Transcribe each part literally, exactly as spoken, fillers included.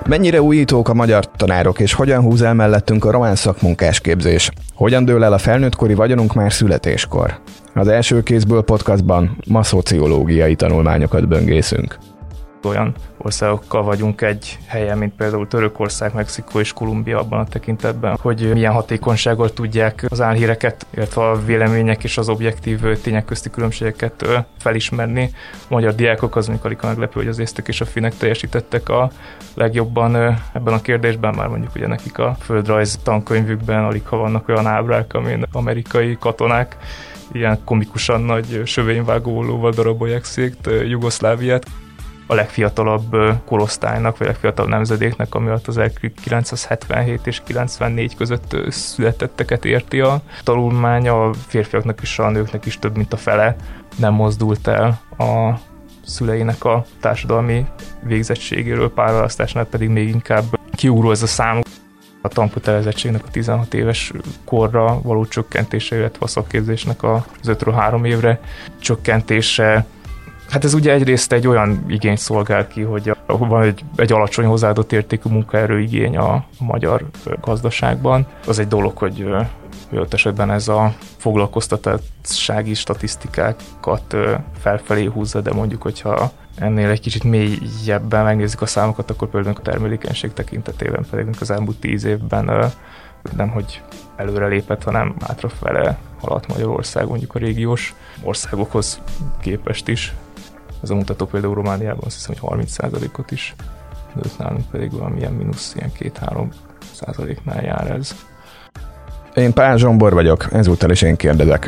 Mennyire újítók a magyar tanárok, és hogyan húz el mellettünk a román szakmunkásképzés? Hogyan dől el a felnőttkori vagyonunk már születéskor? Az első kézből podcastban ma szociológiai tanulmányokat böngészünk. Olyan országokkal vagyunk egy helyen, mint például Törökország, Mexikó és Kolumbia abban a tekintetben, hogy milyen hatékonysággal tudják az álhíreket, illetve a vélemények és az objektív tények közti különbségeket felismerni. A magyar diákok az mondjuk alig meglepő, hogy az észtek és a finnek teljesítettek a legjobban ebben a kérdésben, már mondjuk ugye nekik a földrajz tankönyvükben alig ha vannak olyan ábrák, amin amerikai katonák ilyen komikusan nagy sövényvágólóval darabolják szét Jugoszláviát. A legfiatalabb korosztálynak, vagy legfiatalabb nemzedéknek, ami ott az kilencszázhetvenhét és kilencvennégy között születetteket érti a tanulmány. A férfiaknak és a nőknek is több mint a fele nem mozdult el a szüleinek a társadalmi végzettségéről, párválasztásnál pedig még inkább kiugró ez a szám. A tankötelezettségnek a tizenhat éves korra való csökkentése, illetve a szakképzésnek az ötről három évre csökkentése. Hát ez ugye egyrészt egy olyan igényt szolgál ki, hogy van egy, egy alacsony hozzáadott értékű munkaerő igény a magyar gazdaságban. Az egy dolog, hogy ott esetben ez a foglalkoztatássági statisztikákat felfelé húzza, de mondjuk, hogyha ennél egy kicsit mélyebben megnézzük a számokat, akkor például a termelékenység tekintetében pedig az elmúlt tíz évben nem hogy előre lépett, hanem hátrafele haladt Magyarország, mondjuk a régiós országokhoz képest is. Ez a mutató például Romániában azt hiszem, hogy harminc százalékot is nőtt, nálunk pedig valamilyen mínusz, ilyen két-három százaléknál jár ez. Én Pál Zsombor vagyok, ezúttal is én kérdezek.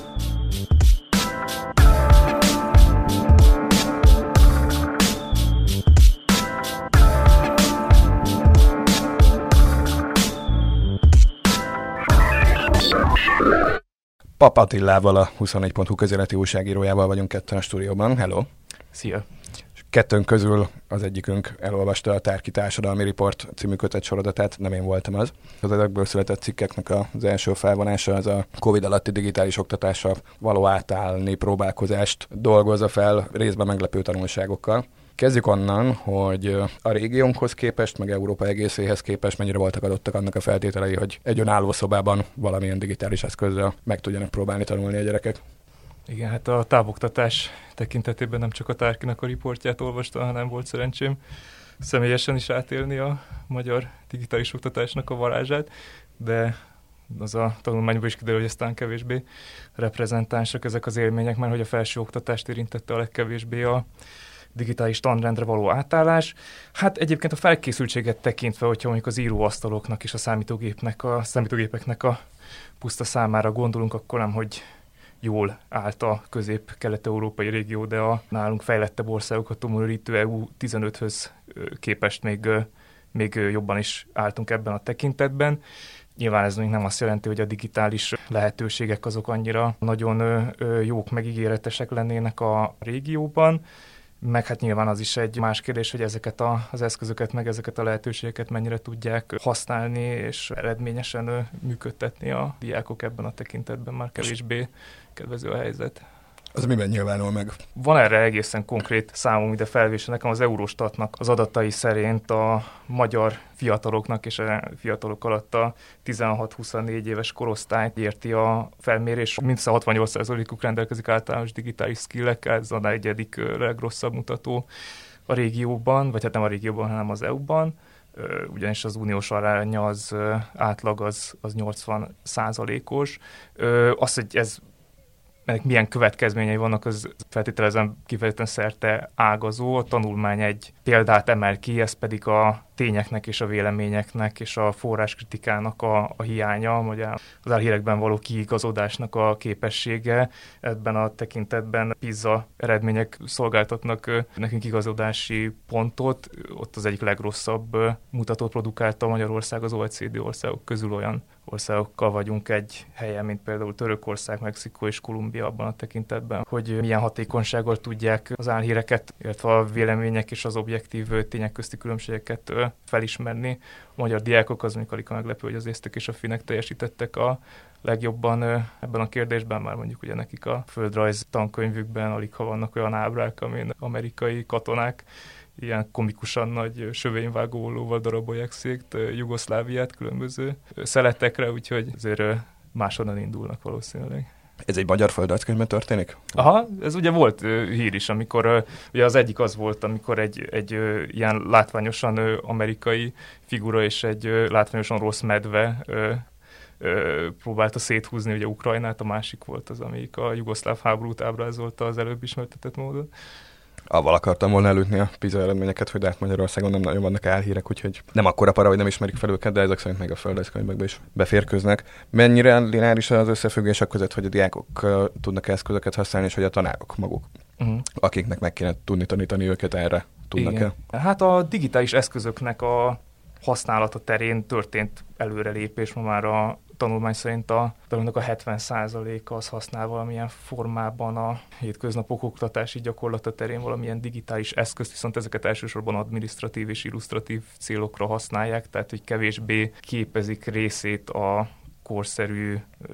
Pap Attilával, a huszonnégy pont hu közéleti újságírójával vagyunk ketten a stúdióban. Hello! Szia! Kettőnk közül az egyikünk elolvasta a Tárki Társadalmi Riport című kötetsorozatát, nem én voltam az. Az ezekből született cikkeknek az első felvonása az a Covid alatti digitális oktatásra való átállni próbálkozást dolgozza fel, részben meglepő tanulságokkal. Kezdjük onnan, hogy a régiónkhoz képest, meg Európa egészéhez képest mennyire voltak adottak annak a feltételei, hogy egy önálló szobában valamilyen digitális eszközzel meg tudjanak próbálni tanulni a gyerekek. Igen, hát a távoktatás tekintetében nem csak a Tárkinak a riportját olvastam, hanem volt szerencsém személyesen is átélni a magyar digitális oktatásnak a varázsát, de az a tanulmányból is kiderül, hogy aztán kevésbé reprezentánsak ezek az élmények, mert hogy a felső oktatást érintette a legkevésbé a digitális tanrendre való átállás. Hát egyébként a felkészültséget tekintve, hogyha mondjuk az íróasztaloknak és a számítógépnek, a számítógépeknek a puszta számára gondolunk, akkor nem, hogy jól állt a közép-kelet-európai régió, de a nálunk fejlettebb országokat tömörítő é u tizenöthöz képest még, még jobban is álltunk ebben a tekintetben. Nyilván ez még nem azt jelenti, hogy a digitális lehetőségek azok annyira nagyon jók, megígéretesek lennének a régióban, meg hát nyilván az is egy más kérdés, hogy ezeket a, az eszközöket, meg ezeket a lehetőségeket mennyire tudják használni és eredményesen működtetni a diákok ebben a tekintetben, már kevésbé kedvező a helyzet. Az miben nyilvánul meg? Van erre egészen konkrét számom ide felvése. Nekem az Eurostatnak az adatai szerint a magyar fiataloknak és a fiatalok alatt a tizenhat-huszonnégy éves korosztályt érti a felmérés. Mindössze hatvannyolc százalékuk rendelkezik általános digitális skillekkel, ez a negyedik legrosszabb mutató a régióban, vagy hát nem a régióban, hanem az é u-ban. Ugyanis az uniós aránya az átlag az, az nyolcvan százalékos. Az, hogy ez ennek milyen következményei vannak, az feltételezem kifejezetten szerte ágazó. A tanulmány egy példát emel ki, ez pedig a tényeknek és a véleményeknek és a forráskritikának a, a hiánya, vagy az álhírekben való kiigazodásnak a képessége. Ebben a tekintetben PISA eredmények szolgáltatnak nekünk igazodási pontot. Ott az egyik legrosszabb mutatót produkálta Magyarország az o e cé dé országok közül. Olyan országokkal vagyunk egy helyen, mint például Törökország, Mexikó és Kolumbia abban a tekintetben, hogy milyen hatékonysággal tudják az álhíreket, illetve a vélemények és az objektív tények közti különbségeket felismerni. A magyar diákok az mondjuk alig meglepő, hogy az észtek és a finnek teljesítettek a legjobban ebben a kérdésben, már mondjuk ugye nekik a földrajz tankönyvükben alig ha vannak olyan ábrák, amin amerikai katonák ilyen komikusan nagy sövényvágólóval darabolják szét Jugoszláviát különböző szeletekre, úgyhogy azért máshonnan indulnak valószínűleg. Ez egy magyar földrajzkönyvben történik? Aha, ez ugye volt uh, hír is, amikor uh, ugye az egyik az volt, amikor egy, egy uh, ilyen látványosan uh, amerikai figura és egy uh, látványosan rossz medve uh, uh, próbálta széthúzni ugye Ukrajnát, a másik volt az, amelyik a jugoszláv háborút ábrázolta az előbb ismertetett módon. Avval akartam volna elütni a PISA eredményeket, hogy de hát Magyarországon nem nagyon vannak álhírek, úgyhogy nem akkora para, hogy nem ismerik fel őket, de ezek szerint még a földrajzkönyvekbe is beférkőznek. Mennyire lineáris az összefüggés a között, hogy a diákok uh, tudnak eszközöket használni, és hogy a tanárok maguk, uh-huh. akiknek meg kéne tudni tanítani őket erre, tudnak-e? Hát a digitális eszközöknek a használata terén történt előrelépés, ma már a tanulmány szerint a tanulóknak a hetven százaléka az használ valamilyen formában a hétköznapok oktatási gyakorlata terén valamilyen digitális eszközt, viszont ezeket elsősorban adminisztratív és illusztratív célokra használják, tehát hogy kevésbé képezik részét a korszerű,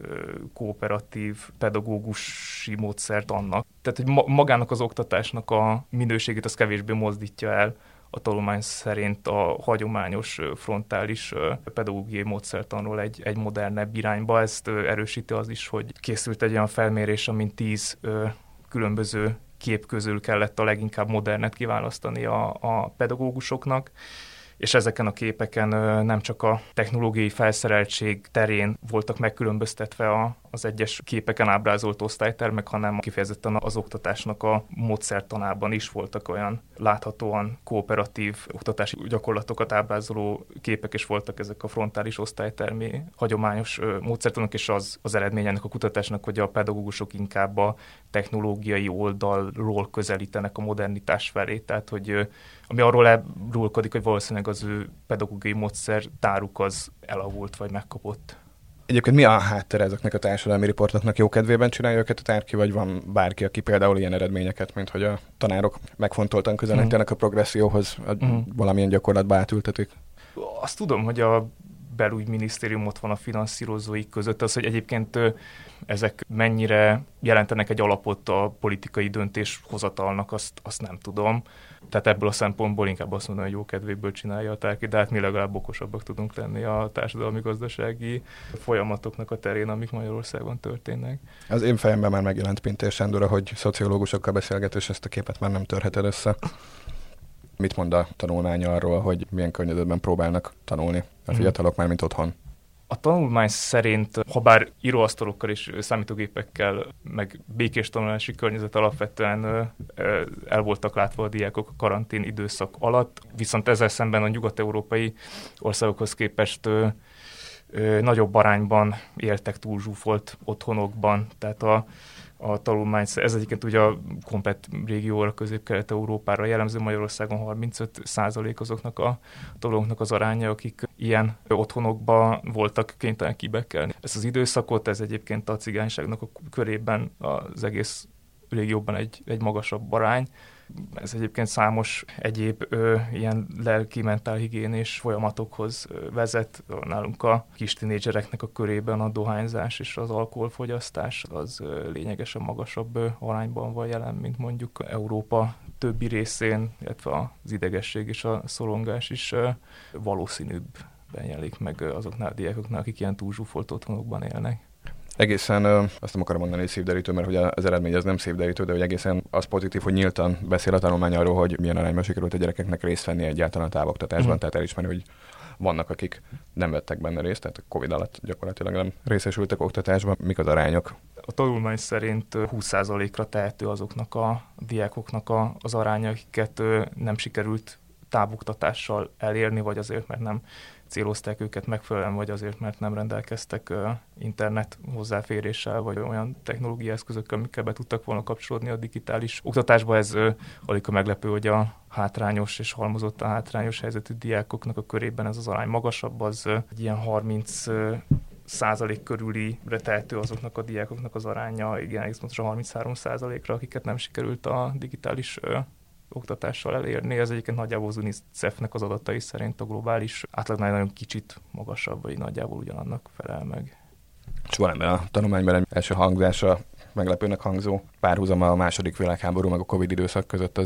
kooperatív, pedagógusi módszert annak. Tehát, hogy magának az oktatásnak a minőségét az kevésbé mozdítja el a tanulmány szerint a hagyományos frontális pedagógiai módszertanról egy, egy modernebb irányba. Ezt erősíti az is, hogy készült egy olyan felmérés, amin tíz különböző kép közül kellett a leginkább modernet kiválasztani a, a pedagógusoknak, és ezeken a képeken nem csak a technológiai felszereltség terén voltak megkülönböztetve a, az egyes képeken ábrázolt osztálytermek, hanem kifejezetten az oktatásnak a módszertanában is voltak olyan láthatóan kooperatív oktatási gyakorlatokat ábrázoló képek, és voltak ezek a frontális osztálytermi hagyományos módszertanok, és az, az eredmény ennek a kutatásnak, hogy a pedagógusok inkább a technológiai oldalról közelítenek a modernitás felé, tehát hogy ami arról elrólkodik, hogy valószínűleg az ő pedagógiai módszer táruk az elavult vagy megkapott. Egyébként mi a háttere ezeknek a társadalmi riportoknak? Jó kedvében csinálja őket a tárki, vagy van bárki, aki például ilyen eredményeket, mint hogy a tanárok megfontoltan közelítenek mm. a progresszióhoz, mm. valamilyen gyakorlatba átültetik? Azt tudom, hogy a belügyminisztérium ott van a finanszírozóik között, az, hogy egyébként ezek mennyire jelentenek egy alapot a politikai döntéshozatalnak, azt, azt nem tudom. Tehát ebből a szempontból inkább azt mondom, hogy jó kedvéből csinálja a tárki, de hát mi legalább okosabbak tudunk lenni a társadalmi-gazdasági folyamatoknak a terén, amik Magyarországon történnek. Az én fejemben már megjelent Pintér Sándor, hogy szociológusokkal beszélget, és ezt a képet már nem törheted össze. Mit mond a tanulmány arról, hogy milyen környezetben próbálnak tanulni a fiatalok, már mint otthon? A tanulmány szerint, ha bár íróasztalokkal és számítógépekkel, meg békés tanulási környezet alapvetően el voltak látva a diákok a karantén időszak alatt, viszont ezzel szemben a nyugat-európai országokhoz képest nagyobb arányban éltek túlzsúfolt otthonokban, tehát a a tanulmány, ez egyébként ugye a komplett régióra, Közép-Kelet-Európára jellemző, Magyarországon harmincöt százalék azoknak a tanulóknak az aránya, akik ilyen otthonokban voltak kénytelen kibekelni. Ez az időszakot, ez egyébként a cigányságnak a körében az egész régióban egy, egy magasabb arány. Ez egyébként számos egyéb ö, ilyen lelki-mentálhigiénés folyamatokhoz ö, vezet. Nálunk a kis tinédzsereknek a körében a dohányzás és az alkoholfogyasztás az ö, lényegesen magasabb ö, arányban van jelen, mint mondjuk Európa többi részén, illetve az idegesség és a szorongás is ö, valószínűbben jelenik meg azoknál a diákoknál, akik ilyen túlzsúfolt otthonokban élnek. Egészen ö, azt nem akarom mondani, hogy szívderítő, mert ugye az eredmény az nem szívderítő, de hogy egészen az pozitív, hogy nyíltan beszél a tanulmány arról, hogy milyen arányban sikerült a gyerekeknek részt venni egyáltalán a távoktatásban, mm. tehát elismeri, hogy vannak, akik nem vettek benne részt, tehát a Covid alatt gyakorlatilag nem részesültek oktatásban. Mik az arányok? A tanulmány szerint húsz százalékra tehető azoknak a diákoknak a, az aránya, akiket nem sikerült távoktatással elérni, vagy azért, mert nem célozták őket megfelelően, vagy azért, mert nem rendelkeztek uh, internet hozzáféréssel, vagy olyan technológiai eszközökkel, amikkel be tudtak volna kapcsolódni a digitális oktatásba. Ez uh, alig a meglepő, hogy a hátrányos és halmozottan hátrányos helyzetű diákoknak a körében ez az arány magasabb, az uh, egy ilyen harminc uh, százalék körülire tehető azoknak a diákoknak az aránya, igen, egész pontosan harminchárom százalékra, akiket nem sikerült a digitális uh, oktatással elérni. Ez egyébként nagyjából az UNICEF-nek az adatai szerint a globális átlagnál nagyon kicsit magasabb, vagy nagyjából ugyanannak felel meg. És van ebben a tanulmányban egy első hangzása meglepőnek hangzó párhuzama a második világháború meg a Covid időszak között, az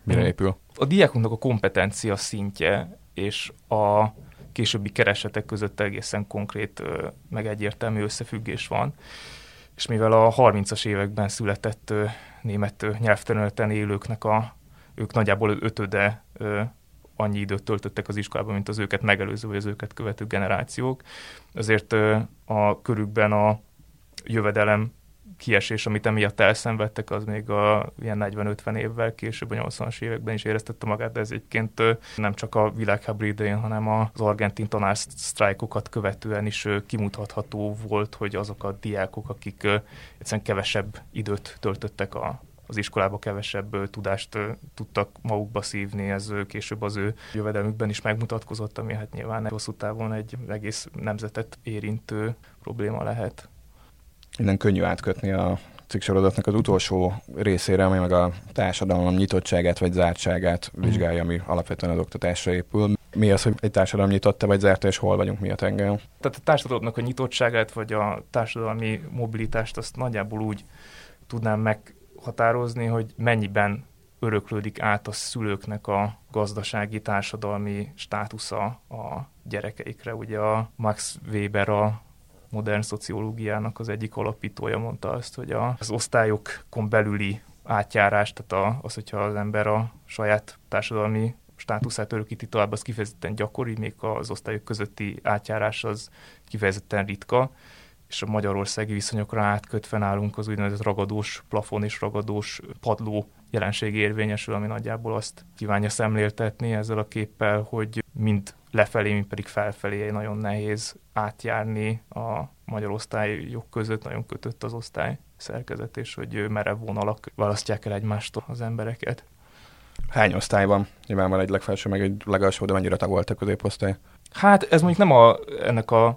mire épül? A diákunknak a kompetencia szintje és a későbbi keresetek között egészen konkrét, meg egyértelmű összefüggés van. És mivel a harmincas években született német nyelvterületen élőknek a, ők nagyjából ötöde annyi időt töltöttek az iskolában, mint az őket megelőző vagy az őket követő generációk, azért a körükben a jövedelem kiesés, amit emiatt elszenvedtek, az még a ilyen negyven-ötven évvel később, a nyolcvanas években is éreztette magát, de ez egyébként nem csak a világháború idején, hanem az argentin tanársztrájkokat követően is kimutatható volt, hogy azok a diákok, akik egyszerűen kevesebb időt töltöttek a az iskolába, kevesebb tudást tudtak magukba szívni, ez később az ő jövedelmükben is megmutatkozott, ami hát nyilván hosszú távon egy egész nemzetet érintő probléma lehet. Innen könnyű átkötni a cikksorozatnak az utolsó részére, ami meg a társadalom nyitottságát vagy zártságát vizsgálja, ami alapvetően az oktatásra épül. Mi az, hogy egy társadalom nyitott vagy zárt, és hol vagyunk mi a tengelyen? Tehát a társadalomnak a nyitottságát vagy a társadalmi mobilitást azt nagyjából úgy tudnám meghatározni, hogy mennyiben öröklődik át a szülőknek a gazdasági, társadalmi státusza a gyerekeikre. Ugye a Max Weber, a modern szociológiának az egyik alapítója mondta azt, hogy az osztályokon belüli átjárás, tehát az, hogyha az ember a saját társadalmi státuszát örökíti tovább, az kifejezetten gyakori, még az osztályok közötti átjárás az kifejezetten ritka, és a magyarországi viszonyokra átkötve nálunk az úgynevezett ragadós plafon és ragadós padló jelenség érvényesül, ami nagyjából azt kívánja szemléltetni ezzel a képpel, hogy mind lefelé, mind pedig felfelé nagyon nehéz átjárni a magyar osztályok között, nagyon kötött az osztály szerkezet, és hogy merev vonalak választják el egymástól az embereket. Hány osztály van? Nyilván van egy legfelső, meg egy legalsó, de mennyire tagoltak a középosztály? Hát ez mondjuk nem a, ennek a,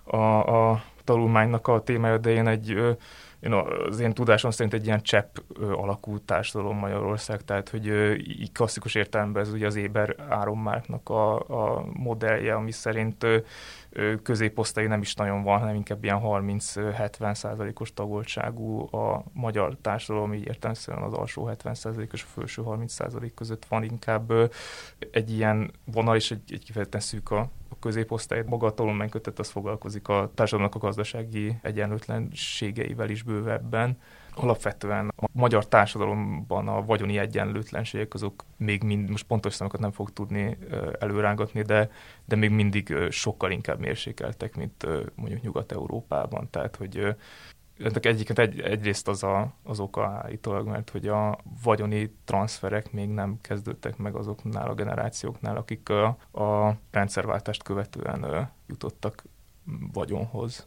a, a tanulmánynak a témája, de én egy, én az én tudásom szerint egy ilyen csepp alakú társadalom Magyarország, tehát hogy így klasszikus értelemben ez ugye az Éber Áron-Márknak a, a modellje, ami szerint középosztály nem is nagyon van, hanem inkább ilyen harminc-hetven százalékos tagoltságú a magyar társadalom, így értelemszerűen az alsó hetven százalék és a felső harminc százalék között van inkább egy ilyen vonal, és egy, egy kifejezetten szűk a, a középosztály. Maga a tanulmánykötet az foglalkozik a társadalomnak a gazdasági egyenlőtlenségeivel is bővebben. Alapvetően a magyar társadalomban a vagyoni egyenlőtlenségek azok még mind, most pontos számokat nem fog tudni előrángatni, de, de még mindig sokkal inkább mérsékeltek, mint mondjuk Nyugat-Európában. Tehát, hogy ennek egyiket egy, egyrészt az a, az oka állítólag, mert hogy a vagyoni transferek még nem kezdődtek meg azoknál a generációknál, akik a, a rendszerváltást követően jutottak vagyonhoz.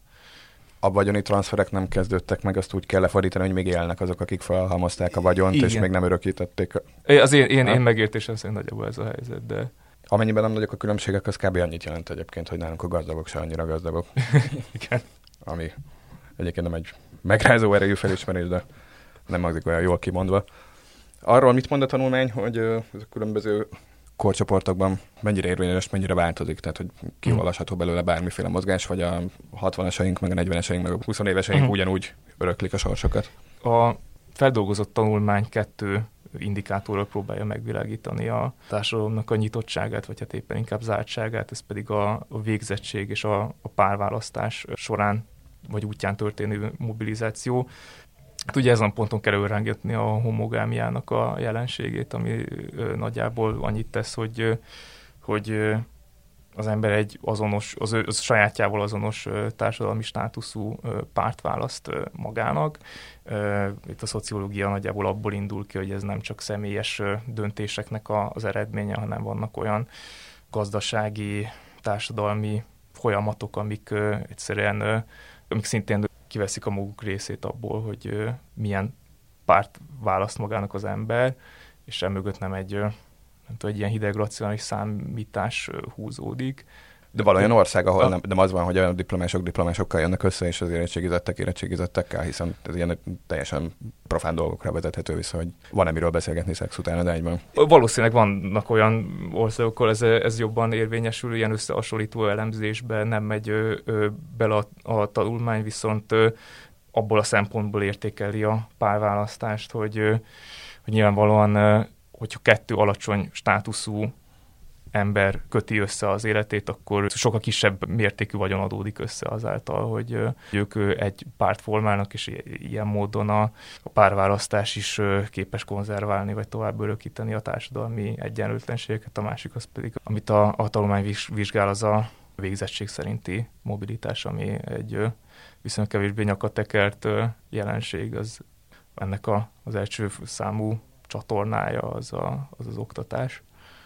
A vagyoni transferek nem kezdődtek meg, azt úgy kell lefordítani, hogy még élnek azok, akik felhalmozták a vagyont, igen, és még nem örökítették. Az én, én, én megértésem szerint nagyjából ez a helyzet, de... Amennyiben nem nagyok a különbségek, az kb. Annyit jelent egyébként, hogy nálunk a gazdagok se annyira gazdagok. Igen. Ami egyébként nem egy megrázó erejű felismerés, de nem hangzik olyan jól kimondva. Arról mit mond a tanulmány, hogy ez a különböző korcsoportokban mennyire érvényes, mennyire változik, tehát hogy kiolvasható belőle bármiféle mozgás, vagy a hatvanasaink, meg a negyveneseink, meg a huszonéveseink uh-huh. ugyanúgy öröklik a sorsokat. A feldolgozott tanulmány kettő indikátorral próbálja megvilágítani a társadalomnak a nyitottságát, vagy hát éppen inkább zártságát, ez pedig a, a végzettség és a, a párválasztás során vagy útján történő mobilizáció. Hát ugye ezen a ponton kell előrángatni a homogámiának a jelenségét, ami ö, nagyjából annyit tesz, hogy, ö, hogy ö, az ember egy azonos, az, ő, az sajátjával azonos ö, társadalmi státuszú ö, párt választ ö, magának. Ö, itt a szociológia nagyjából abból indul ki, hogy ez nem csak személyes ö, döntéseknek a, az eredménye, hanem vannak olyan gazdasági, társadalmi folyamatok, amik ö, egyszerűen ö, amik szintén kiveszik a maguk részét abból, hogy ö, milyen párt választ magának az ember, és emögött nem egy, ö, nem tudom, egy ilyen hideg racionális számítás ö, húzódik. De valójában ország, ahol a... nem, nem az van, hogy a diplomások diplomásokkal jönnek össze, és az érettségizettek érettségizettekkel, hiszen ez ilyen teljesen profán dolgokra vezethető vissza, hogy van-e miről beszélgetni szex után a egyben. Valószínűleg vannak olyan országok, ahol ez, ez jobban érvényesül, ilyen összehasonlító elemzésben nem megy ö, ö, bele a, a tanulmány, viszont ö, abból a szempontból értékeli a párválasztást, hogy, ö, hogy nyilvánvalóan ö, hogyha kettő alacsony státuszú ember köti össze az életét, akkor sokkal kisebb mértékű vagyon adódik össze azáltal, hogy ők egy párt formálnak, és ilyen módon a, a párválasztás is képes konzerválni, vagy tovább örökíteni a társadalmi egyenlőtlenségeket. A másik az pedig, amit a, a tanulmány vizsgál, az a végzettség szerinti mobilitás, ami egy viszonylag kevésbé nyakatekert jelenség. Az, ennek a, az első számú csatornája az, a, az az oktatás,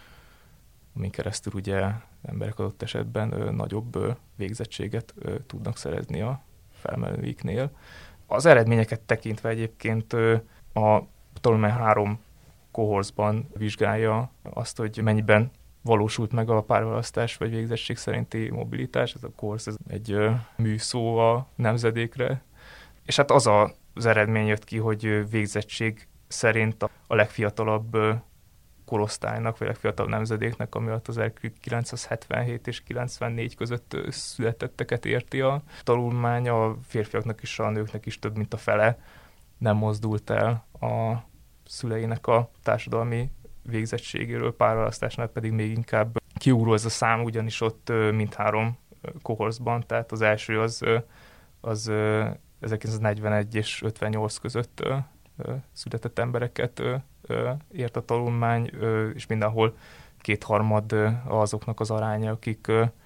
amin keresztül ugye emberek adott esetben ö, nagyobb ö, végzettséget ö, tudnak szerezni a felmenőiknél. Az eredményeket tekintve egyébként ö, a tanulmány három kohorszban vizsgálja azt, hogy mennyiben valósult meg a párválasztás vagy végzettség szerinti mobilitás. Ez a kohorsz ez egy ö, műszó a nemzedékre. És hát az a, az eredmény jött ki, hogy végzettség szerint a, a legfiatalabb ö, korosztálynak, vagy legfiatalabb nemzedéknek, ami alatt az kilencszázhetvenhét és kilencvennégy között születetteket érti a tanulmány. A férfiaknak is, a nőknek is több mint a fele nem mozdult el a szüleinek a társadalmi végzettségéről, párválasztásnál pedig még inkább kiugró ez a szám, ugyanis ott mindhárom kohorszban, tehát az első az, az ezerkilencszáznegyvenegy és ötvennyolc között született embereket ért a tanulmány, és mindenhol kétharmad azoknak az aránya, akik,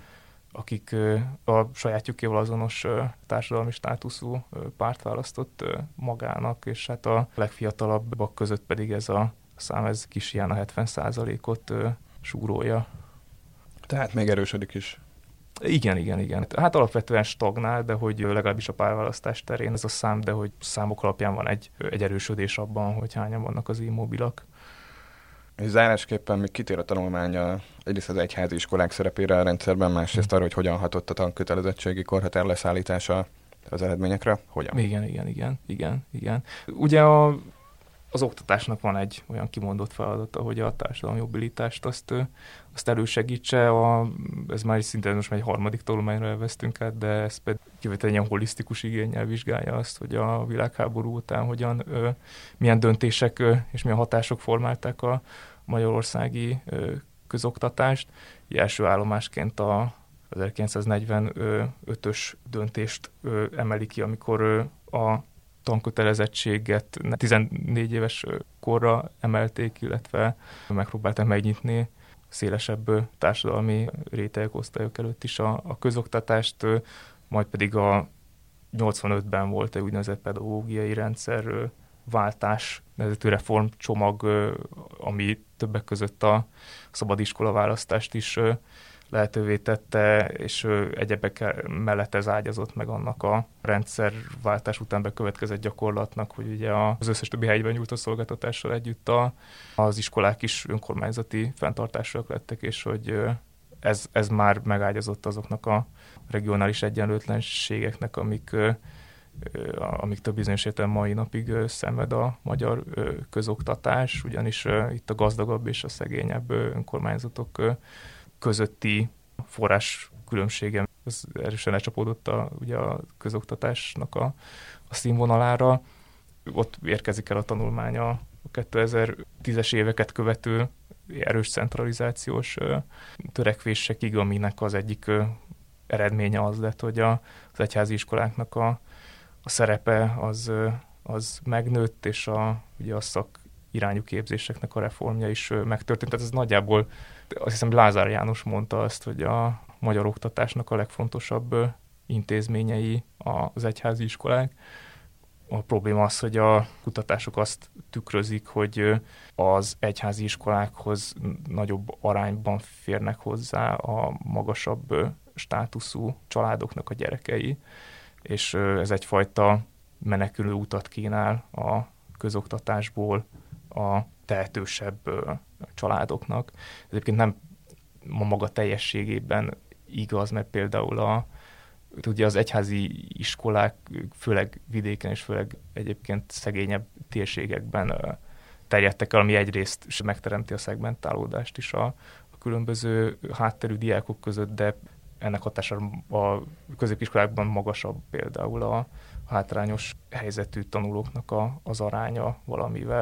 akik a sajátjukéval azonos társadalmi státuszú párt választott magának, és hát a legfiatalabbak között pedig ez a szám, ez kis ilyen a hetven százalékot súrolja. Tehát még erősödik is. Igen, igen, igen. Hát alapvetően stagnál, de hogy legalábbis a párválasztás terén ez a szám, de hogy számok alapján van egy, egy erősödés abban, hogy hányan vannak az immobilak. És zárásképpen még kitér a tanulmánya egyrészt az egyházi iskolák szerepére a rendszerben, másrészt arra, hogy hogyan hatott a tankötelezettségi korhatár leszállítása az eredményekre. Hogyan? Igen, igen, igen, igen, igen. Ugye a az oktatásnak van egy olyan kimondott feladata, hogy a társadalmi mobilitást azt, azt elősegítse. A, ez már is szintén most már egy harmadik tanulmányra elvesztünk át, de ez pedig kivetően ilyen holisztikus igénnyel vizsgálja azt, hogy a világháború után hogyan, ö, milyen döntések ö, és milyen hatások formálták a magyarországi ö, közoktatást. Első állomásként a ezerkilencszáznegyvenötös döntést ö, emeli ki, amikor ö, a tankötelezettséget tizennégy éves korra emelték, illetve megpróbálták megnyitni szélesebb társadalmi rétegek, osztályok előtt is a, a közoktatást, majd pedig a nyolcvanötben volt egy úgynevezett pedagógiai rendszer váltás, nevezetű reformcsomag, ami többek között a szabadiskola választást is lehetővé tette, és egyebek mellett ez ágyazott meg annak a rendszerváltás után bekövetkezett gyakorlatnak, hogy ugye az összes többi helyben nyújtott szolgáltatással együtt a, az iskolák is önkormányzati fenntartásúak lettek, és hogy ez, ez már megágyazott azoknak a regionális egyenlőtlenségeknek, amik, amik több bizonyos értelemben mai napig szenved a magyar közoktatás, ugyanis itt a gazdagabb és a szegényebb önkormányzatok közötti forrás különbsége az erősen lecsapódott a, ugye a közoktatásnak a, a színvonalára. Ott érkezik el a tanulmány a kétezer-tízes éveket követő erős centralizációs törekvésekig, aminek az egyik eredménye az lett, hogy a, az egyházi iskoláknak a, a szerepe az, az megnőtt, és a, ugye a szak irányú képzéseknek a reformja is megtörtént. Tehát ez nagyjából, azt hiszem Lázár János mondta azt, hogy a magyar oktatásnak a legfontosabb intézményei az egyházi iskolák. A probléma az, hogy a kutatások azt tükrözik, hogy az egyházi iskolákhoz nagyobb arányban férnek hozzá a magasabb státuszú családoknak a gyerekei, és ez egyfajta menekülő utat kínál a közoktatásból a tehetősebb családoknak. Ez egyébként nem a maga teljességében igaz, mert például a, ugye az egyházi iskolák főleg vidéken és főleg egyébként szegényebb térségekben terjedtek el, ami egyrészt megteremti a szegmentálódást is a, a különböző hátterű diákok között, de ennek hatására a középiskolákban magasabb például a hátrányos helyzetű tanulóknak a, az aránya valamivel,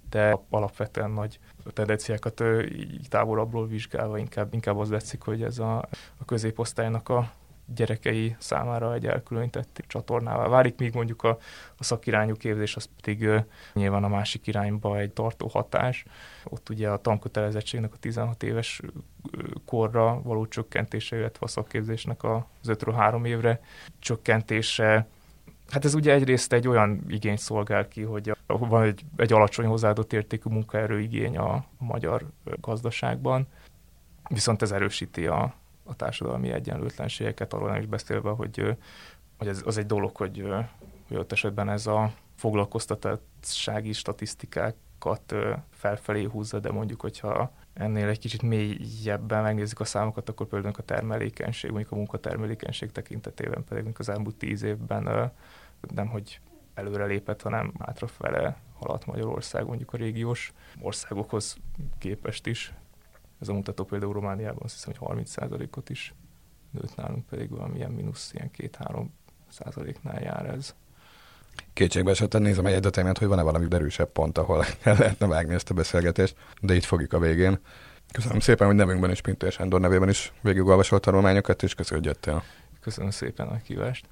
de alapvetően nagy tendenciákat így távolabbról vizsgálva inkább, inkább az látszik, hogy ez a, a középosztálynak a gyerekei számára egy elkülönített csatornává válik, míg mondjuk a, a szakirányú képzés az pedig uh, nyilván a másik irányba egy tartó hatás. Ott ugye a tankötelezettségnek a tizenhat éves korra való csökkentése, illetve a szakképzésnek az ötről három évre csökkentése. Hát ez ugye egyrészt egy olyan igényt szolgál ki, hogy van egy, egy alacsony hozzáadott értékű munkaerő igény a, a magyar gazdaságban, viszont ez erősíti a a társadalmi egyenlőtlenségeket, arról nem is beszélve, hogy, hogy ez az egy dolog, hogy, hogy ott esetben ez a foglalkoztatottsági statisztikákat felfelé húzza, de mondjuk, hogyha ennél egy kicsit mélyebben megnézzük a számokat, akkor például a termelékenység, mondjuk a munkatermelékenység tekintetében pedig az elmúlt tíz évben nem, hogy előrelépett, hanem hátrafele haladt Magyarország, mondjuk a régiós országokhoz képest is. Ez a mutató például Romániában azt hiszem, hogy harminc százalékot is nőtt, nálunk pedig valamilyen mínusz, ilyen két-három százaléknál jár ez. Kétségbe esetten nézem egy egyetemet, hogy van-e valami derűsebb pont, ahol el lehetne vágni ezt a beszélgetést, de így fogjuk a végén. Köszönöm szépen, hogy nevünkben is, Pintér Sándor nevében is végigolvasott tanulmányokat, és köszönöm, hogy jöttél. Köszönöm szépen a kívást.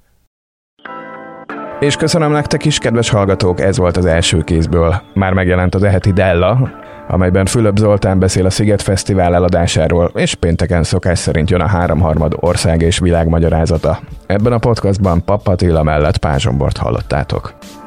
És köszönöm nektek is, kedves hallgatók, ez volt az első kézből. Már megjelent az eheti Della, amelyben Fülöp Zoltán beszél a Sziget Fesztivál eladásáról, és pénteken szokás szerint jön a háromharmad ország és világ magyarázata. Ebben a podcastban Papp Attila mellett Pázsombort hallottátok.